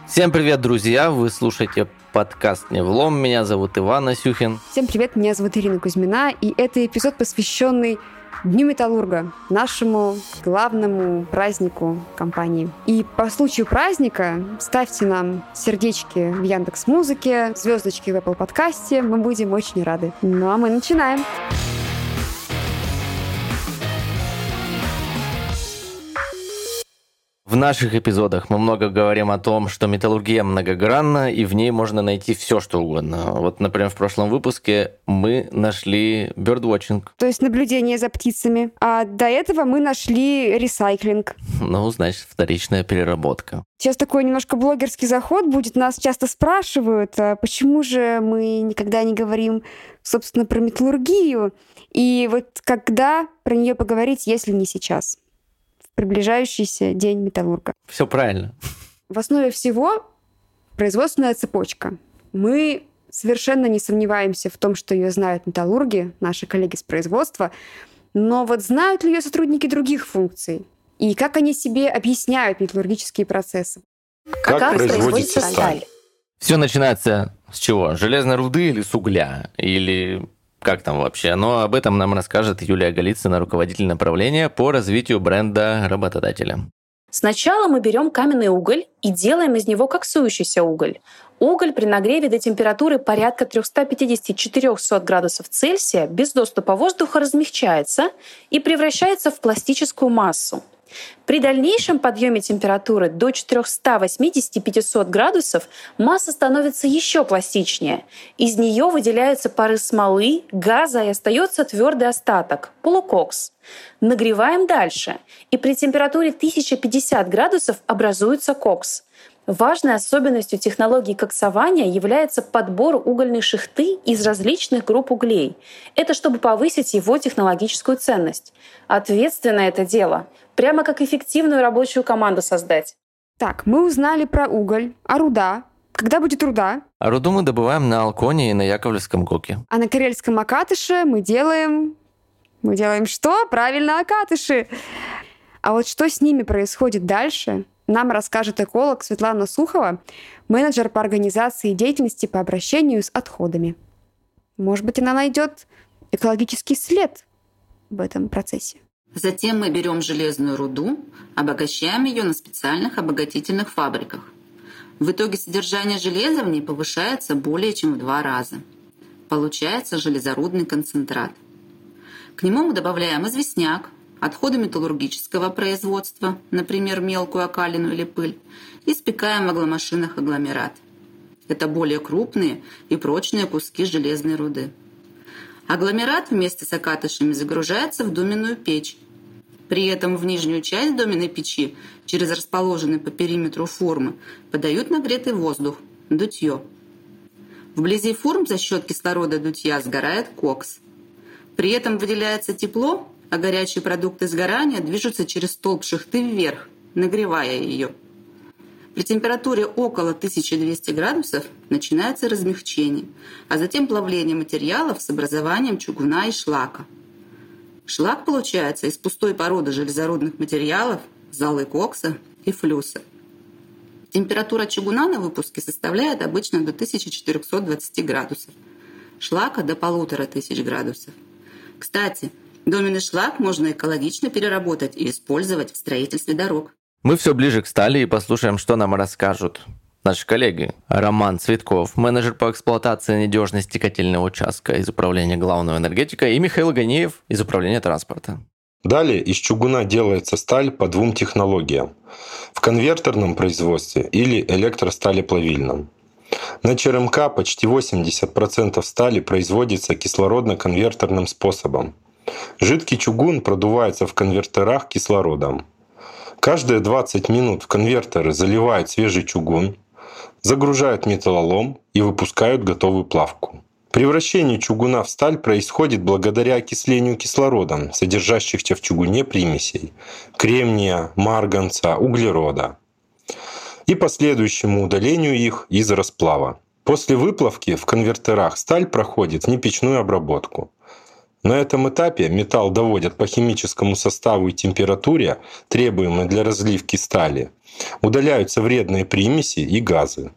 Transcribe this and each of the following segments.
Всем привет, друзья! Вы слушаете подкаст «Не влом». Меня зовут Иван Асюхин. Всем привет, меня зовут Ирина Кузьмина, и это эпизод, посвященный Дню Металлурга, нашему главному празднику компании. И по случаю праздника ставьте нам сердечки в Яндекс.Музыке, звездочки в Apple подкасте, мы будем очень рады. Ну а мы начинаем. В наших эпизодах мы много говорим о том, что металлургия многогранна, и в ней можно найти все, что угодно. Вот, например, в прошлом выпуске мы нашли birdwatching. То есть наблюдение за птицами. А до этого мы нашли ресайклинг. Ну, значит, вторичная переработка. Сейчас такой немножко блогерский заход будет. Нас часто спрашивают, а почему же мы никогда не говорим, собственно, про металлургию. И вот когда про нее поговорить, если не сейчас? Приближающийся день металлурга. Все правильно. В основе всего производственная цепочка. Мы совершенно не сомневаемся в том, что ее знают металлурги, наши коллеги с производства, но вот знают ли ее сотрудники других функций? И как они себе объясняют металлургические процессы? Как производится сталь? Все начинается с чего? С железной руды или с угля? Или как там вообще? Но об этом нам расскажет Юлия Голицына, руководитель направления по развитию бренда работодателя. Сначала мы берем каменный уголь и делаем из него коксующийся уголь. Уголь при нагреве до температуры порядка 350-400 градусов Цельсия без доступа воздуха размягчается и превращается в пластическую массу. При дальнейшем подъеме температуры до 480-500 градусов масса становится еще пластичнее. Из нее выделяются пары смолы, газа и остается твердый остаток – полукокс. Нагреваем дальше, и при температуре 1050 градусов образуется кокс. Важной особенностью технологии коксования является подбор угольной шихты из различных групп углей. Это чтобы повысить его технологическую ценность. Ответственно это дело. Прямо как эффективную рабочую команду создать. Так, мы узнали про уголь, а руда? Когда будет руда? А руду мы добываем на Алконе и на Яковлевском коке. А на Карельском Акатыше мы делаем что? Правильно, акатыши. А вот что с ними происходит дальше, нам расскажет эколог Светлана Сухова, менеджер по организации деятельности по обращению с отходами. Может быть, она найдет экологический след в этом процессе. Затем мы берем железную руду, обогащаем ее на специальных обогатительных фабриках. В итоге содержание железа в ней повышается более чем в 2 раза. Получается железорудный концентрат. К нему мы добавляем известняк, отходы металлургического производства, например, мелкую окалину или пыль, и спекаем в агломашинах агломерат. Это более крупные и прочные куски железной руды. Агломерат вместе с окатышами загружается в доменную печь. При этом в нижнюю часть доменной печи через расположенные по периметру формы подают нагретый воздух – дутье. Вблизи форм за счет кислорода дутья сгорает кокс. При этом выделяется тепло, а горячие продукты сгорания движутся через столб шихты вверх, нагревая ее. При температуре около 1200 градусов начинается размягчение, а затем плавление материалов с образованием чугуна и шлака. Шлак получается из пустой породы железорудных материалов, золы кокса и флюса. Температура чугуна на выпуске составляет обычно до 1420 градусов, шлака до 1500 градусов. Кстати, доменный шлак можно экологично переработать и использовать в строительстве дорог. Мы все ближе к стали и послушаем, что нам расскажут наши коллеги. Роман Цветков, менеджер по эксплуатации надежности котельного участка из управления главного энергетика, и Михаил Ганеев из управления транспорта. Далее из чугуна делается сталь по 2 технологиям. В конвертерном производстве или электросталеплавильном. На ЧРМК почти 80% стали производится кислородно-конвертерным способом. Жидкий чугун продувается в конвертерах кислородом. Каждые 20 минут в конвертеры заливают свежий чугун, загружают металлолом и выпускают готовую плавку. Превращение чугуна в сталь происходит благодаря окислению кислородом, содержащихся в чугуне примесей – кремния, марганца, углерода, и последующему удалению их из расплава. После выплавки в конвертерах сталь проходит непечную обработку. На этом этапе металл доводят по химическому составу и температуре, требуемой для разливки стали. Удаляются вредные примеси и газы.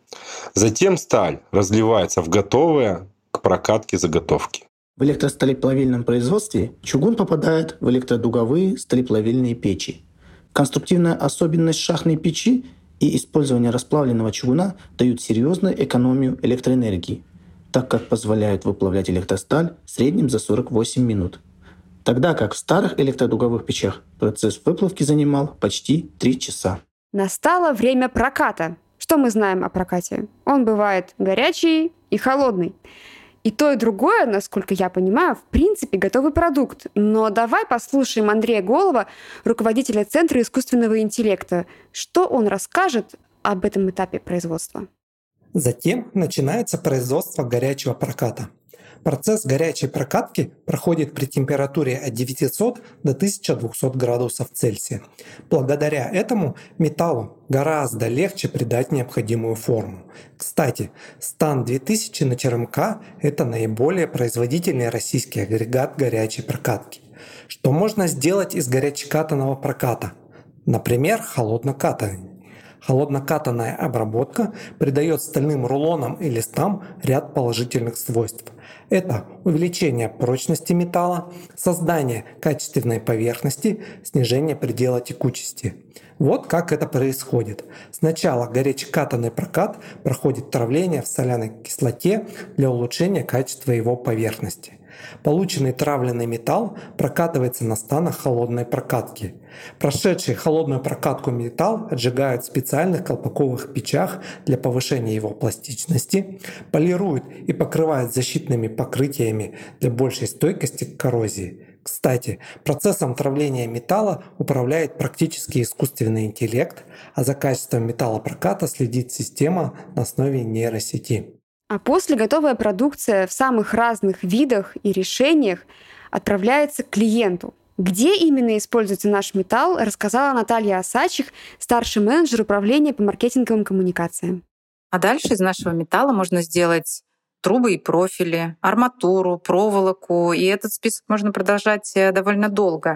Затем сталь разливается в готовые к прокатке заготовки. В электросталеплавильном производстве чугун попадает в электродуговые сталеплавильные печи. Конструктивная особенность шахтной печи и использование расплавленного чугуна дают серьезную экономию электроэнергии, так как позволяют выплавлять электросталь в среднем за 48 минут. Тогда как в старых электродуговых печах процесс выплавки занимал почти 3 часа. Настало время проката. Что мы знаем о прокате? Он бывает горячий и холодный. И то, и другое, насколько я понимаю, в принципе, готовый продукт. Но давай послушаем Андрея Голова, руководителя Центра искусственного интеллекта. Что он расскажет об этом этапе производства? Затем начинается производство горячего проката. Процесс горячей прокатки проходит при температуре от 900 до 1200 градусов Цельсия. Благодаря этому металлу гораздо легче придать необходимую форму. Кстати, Стан 2000 на ЧРМК – это наиболее производительный российский агрегат горячей прокатки. Что можно сделать из горячекатанного проката? Например, холоднокатанный. Холоднокатанная обработка придает стальным рулонам и листам ряд положительных свойств. Это увеличение прочности металла, создание качественной поверхности, снижение предела текучести. Вот как это происходит. Сначала горячекатанный прокат проходит травление в соляной кислоте для улучшения качества его поверхности. Полученный травленный металл прокатывается на станах холодной прокатки. Прошедший холодную прокатку металл отжигают в специальных колпаковых печах для повышения его пластичности, полируют и покрывают защитными покрытиями для большей стойкости к коррозии. Кстати, процессом травления металла управляет практически искусственный интеллект, а за качеством металлопроката следит система на основе нейросети. А после готовая продукция в самых разных видах и решениях отправляется к клиенту. Где именно используется наш металл, рассказала Наталья Осадчих, старший менеджер управления по маркетинговым коммуникациям. А дальше из нашего металла можно сделать трубы и профили, арматуру, проволоку, и этот список можно продолжать довольно долго.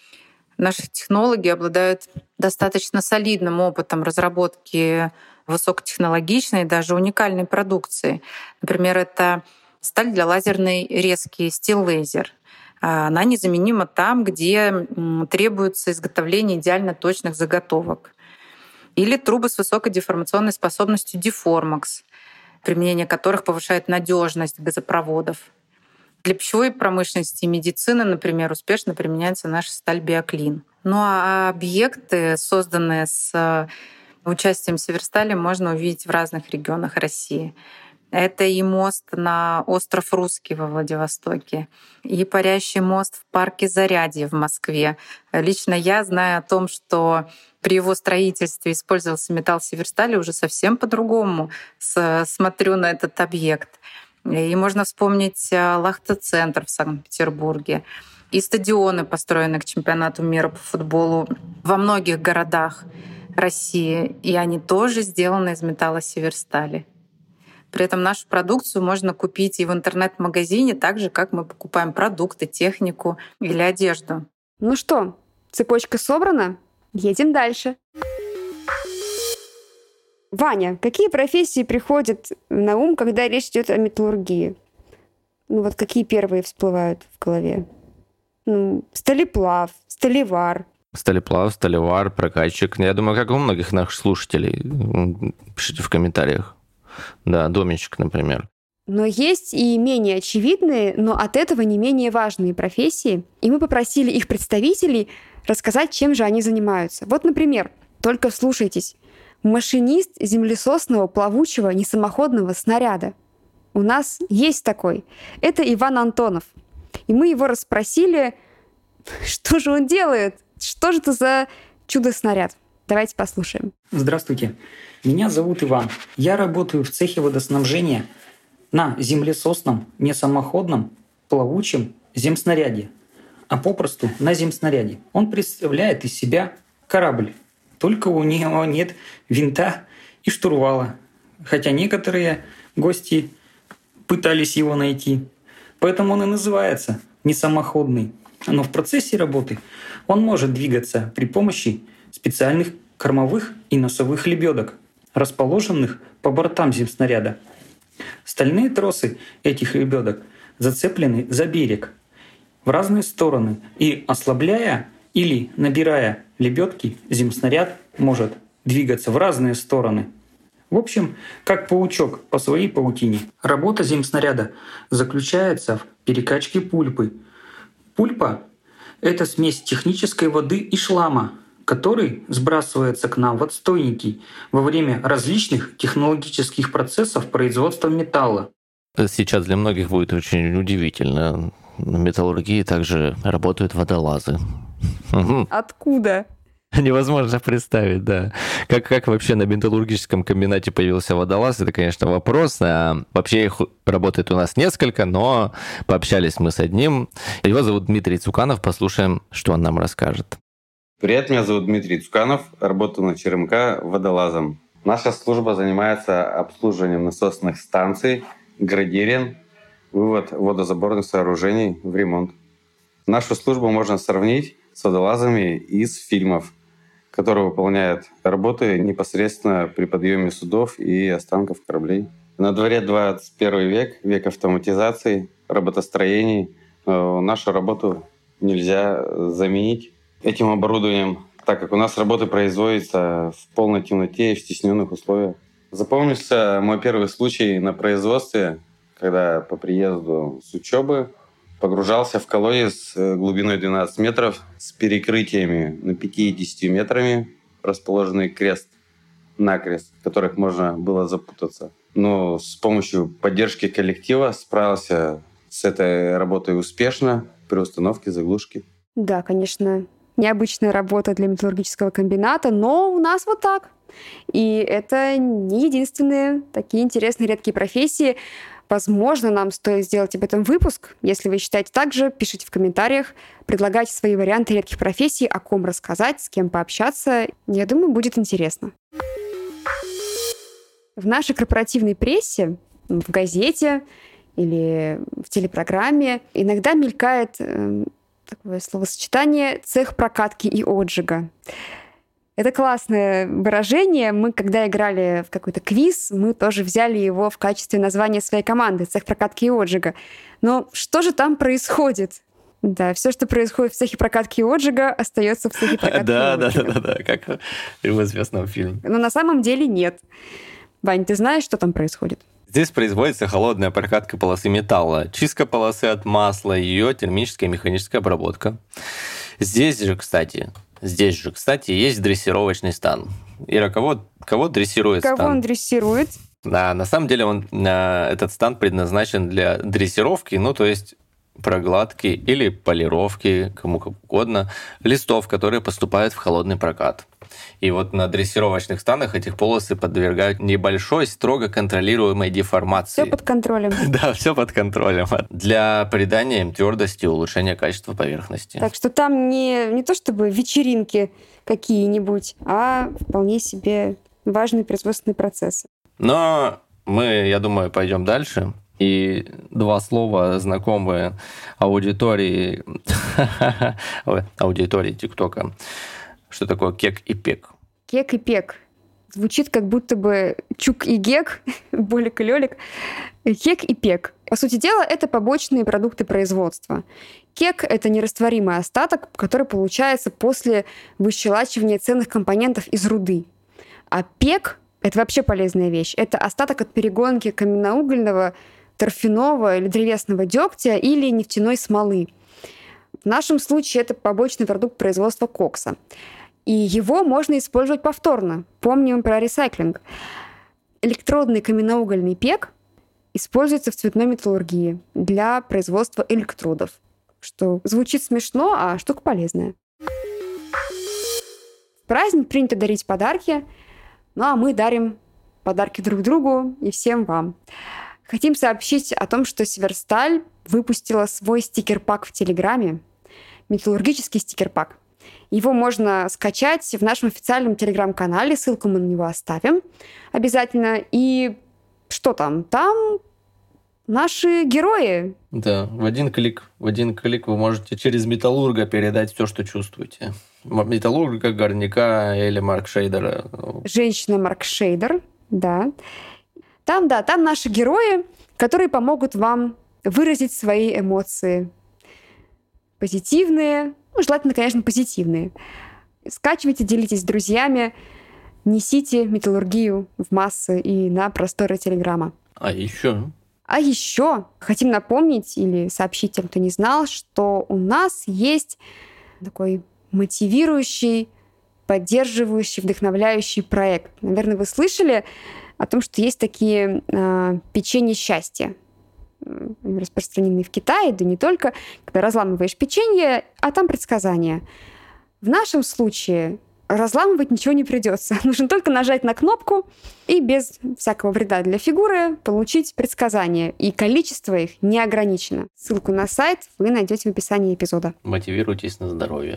Наши технологи обладают достаточно солидным опытом разработки высокотехнологичной, даже уникальной продукции. Например, это сталь для лазерной резки Steel Laser. Она незаменима там, где требуется изготовление идеально точных заготовок. Или трубы с высокой деформационной способностью Deformax, применение которых повышает надежность газопроводов. Для пищевой промышленности и медицины, например, успешно применяется наша сталь Биоклин. Ну а объекты, созданные с участием Северстали, можно увидеть в разных регионах России. Это и мост на остров Русский во Владивостоке, и парящий мост в парке Зарядье в Москве. Лично я знаю о том, что при его строительстве использовался металл Северстали уже совсем по-другому. Смотрю на этот объект. И можно вспомнить Лахта-центр в Санкт-Петербурге. И стадионы, построенные к чемпионату мира по футболу во многих городах России. И они тоже сделаны из металла Северстали. При этом нашу продукцию можно купить и в интернет-магазине, так же, как мы покупаем продукты, технику или одежду. Ну что, цепочка собрана? Едем дальше. Ваня, какие профессии приходят на ум, когда речь идет о металлургии? Ну вот какие первые всплывают в голове? Сталеплав, сталевар. Сталеплав, сталевар, прокатчик. Я думаю, как у многих наших слушателей. Пишите в комментариях. Да, доменщик, например. Но есть и менее очевидные, но от этого не менее важные профессии. И мы попросили их представителей рассказать, чем же они занимаются. Вот, например, только вслушайтесь. Машинист землесосного плавучего несамоходного снаряда. У нас есть такой. Это Иван Антонов. И мы его расспросили, что же он делает, что же это за чудо-снаряд. Давайте послушаем. Здравствуйте, меня зовут Иван. Я работаю в цехе водоснабжения на землесосном несамоходном плавучем земснаряде, а попросту на земснаряде. Он представляет из себя корабль. Только у него нет винта и штурвала, хотя некоторые гости пытались его найти. Поэтому он и называется не самоходный, но в процессе работы он может двигаться при помощи специальных кормовых и носовых лебедок, расположенных по бортам земснаряда. Стальные тросы этих лебедок зацеплены за берег в разные стороны, и ослабляя или набирая лебедки, земснаряд может двигаться в разные стороны. В общем, как паучок по своей паутине. Работа земснаряда заключается в перекачке пульпы. Пульпа — это смесь технической воды и шлама, который сбрасывается к нам в отстойники во время различных технологических процессов производства металла. Сейчас для многих будет очень удивительно. В металлургии также работают водолазы. Откуда? Невозможно представить, да. Как вообще на металлургическом комбинате появился водолаз, это, конечно, вопрос. Вообще их работает у нас несколько, но пообщались мы с одним. Его зовут Дмитрий Цуканов. Послушаем, что он нам расскажет. Привет, меня зовут Дмитрий Цуканов. Работаю на ЧРМК водолазом. Наша служба занимается обслуживанием насосных станций, градирен, вывод водозаборных сооружений в ремонт. Нашу службу можно сравнить с водолазами из фильмов, которые выполняют работы непосредственно при подъеме судов и останков кораблей. На дворе 21 век, век автоматизации, роботостроений. Нашу работу нельзя заменить этим оборудованием, так как у нас работы производятся в полной темноте и в стесненных условиях. Запомнился мой первый случай на производстве, когда по приезду с учебы погружался в колодец глубиной 12 метров с перекрытиями на 50 метрами, расположенный крест-накрест, в которых можно было запутаться. Но с помощью поддержки коллектива справился с этой работой успешно при установке заглушки. Да, конечно, необычная работа для металлургического комбината, но у нас вот так. И это не единственные такие интересные редкие профессии. Возможно, нам стоит сделать об этом выпуск. Если вы считаете так же, пишите в комментариях, предлагайте свои варианты редких профессий, о ком рассказать, с кем пообщаться. Я думаю, будет интересно. В нашей корпоративной прессе, в газете или в телепрограмме иногда мелькает такое словосочетание «цех прокатки и отжига». Это классное выражение. Мы, когда играли в какой-то квиз, мы тоже взяли его в качестве названия своей команды «Цех прокатки и отжига». Но что же там происходит? Да, все, что происходит в цехе прокатки и отжига, остается в цехе прокатки и отжига. Да, как в известном фильме. Но на самом деле нет. Вань, ты знаешь, что там происходит? Здесь производится холодная прокатка полосы металла, чистка полосы от масла, ее термическая и механическая обработка. Здесь же, кстати, есть дрессировочный стан. Ира, кого дрессирует стан? Кого он дрессирует? Да, на самом деле этот стан предназначен для дрессировки, то есть прогладки или полировки, кому как угодно, листов, которые поступают в холодный прокат. И вот на дрессировочных станах этих полосы подвергают небольшой, строго контролируемой деформации. Все под контролем. Да, все под контролем. Для придания им твердости и улучшения качества поверхности. Так что там не то чтобы вечеринки какие-нибудь, а вполне себе важные производственные процессы. Но мы, я думаю, пойдем дальше. И два слова, знакомые аудитории ТикТока. Что такое кек и пек? Кек и пек. Звучит как будто бы чук и гек, болик и лёлик. Кек и пек. По сути дела, это побочные продукты производства. Кек — это нерастворимый остаток, который получается после выщелачивания ценных компонентов из руды. А пек — это вообще полезная вещь. Это остаток от перегонки каменноугольного, торфяного или древесного дегтя или нефтяной смолы. В нашем случае это побочный продукт производства кокса. И его можно использовать повторно. Помним про ресайклинг. Электродный каменноугольный пек используется в цветной металлургии для производства электродов. Что звучит смешно, а штука полезная. В праздник принято дарить подарки, а мы дарим подарки друг другу и всем вам. Хотим сообщить о том, что Северсталь выпустила свой стикер-пак в Телеграме. Металлургический стикер-пак. Его можно скачать в нашем официальном Телеграм-канале, ссылку мы на него оставим обязательно. И что там? Там наши герои. Да, в один клик вы можете через металлурга передать все, что чувствуете. Металлурга, горняка или маркшейдера. Женщина маркшейдер, да. Там наши герои, которые помогут вам выразить свои эмоции. Позитивные, желательно, конечно, позитивные. Скачивайте, делитесь с друзьями, несите металлургию в массы и на просторы Телеграма. А еще хотим напомнить или сообщить тем, кто не знал, что у нас есть такой мотивирующий, поддерживающий, вдохновляющий проект. Наверное, вы слышали о том, что есть такие печенья счастья, распространены в Китае, да не только, когда разламываешь печенье, а там предсказания. В нашем случае разламывать ничего не придется. Нужно только нажать на кнопку и без всякого вреда для фигуры получить предсказания. И количество их не ограничено. Ссылку на сайт вы найдете в описании эпизода. мотивируйтесь на здоровье.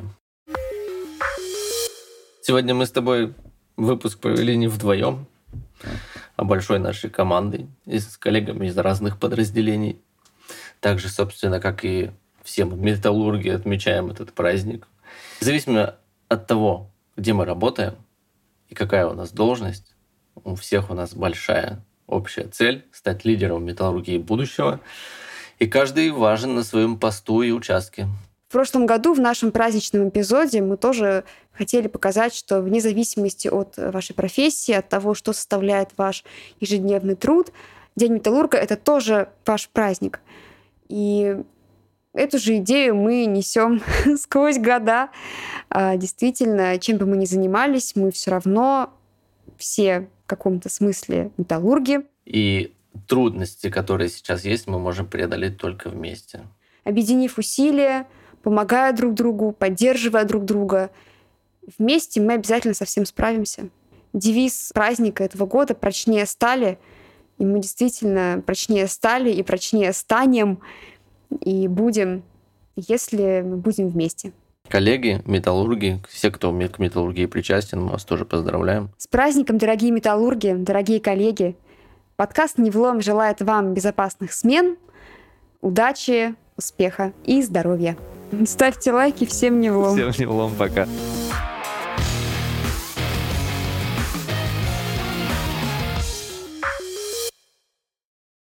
Сегодня мы с тобой выпуск провели не вдвоем, а большой нашей командой и с коллегами из разных подразделений. Также, собственно, как и все мы, металлурги, отмечаем этот праздник. Независимо от того, где мы работаем и какая у нас должность, у всех у нас большая общая цель — стать лидером металлургии будущего, и каждый важен на своем посту и участке. В прошлом году в нашем праздничном эпизоде мы тоже хотели показать, что вне зависимости от вашей профессии, от того, что составляет ваш ежедневный труд, День металлурга — это тоже ваш праздник. И эту же идею мы несем сквозь года. Действительно, чем бы мы ни занимались, мы все равно все в каком-то смысле металлурги. И трудности, которые сейчас есть, мы можем преодолеть только вместе. Объединив усилия, помогая друг другу, поддерживая друг друга, вместе мы обязательно со всем справимся. Девиз праздника этого года «Прочнее стали», и мы действительно прочнее стали и прочнее станем, и будем, если мы будем вместе. Коллеги, металлурги, все, кто к металлургии причастен, мы вас тоже поздравляем. С праздником, дорогие металлурги, дорогие коллеги! Подкаст «Невлом» желает вам безопасных смен, удачи, успеха и здоровья. Ставьте лайки, всем невлом. Всем невлом, пока.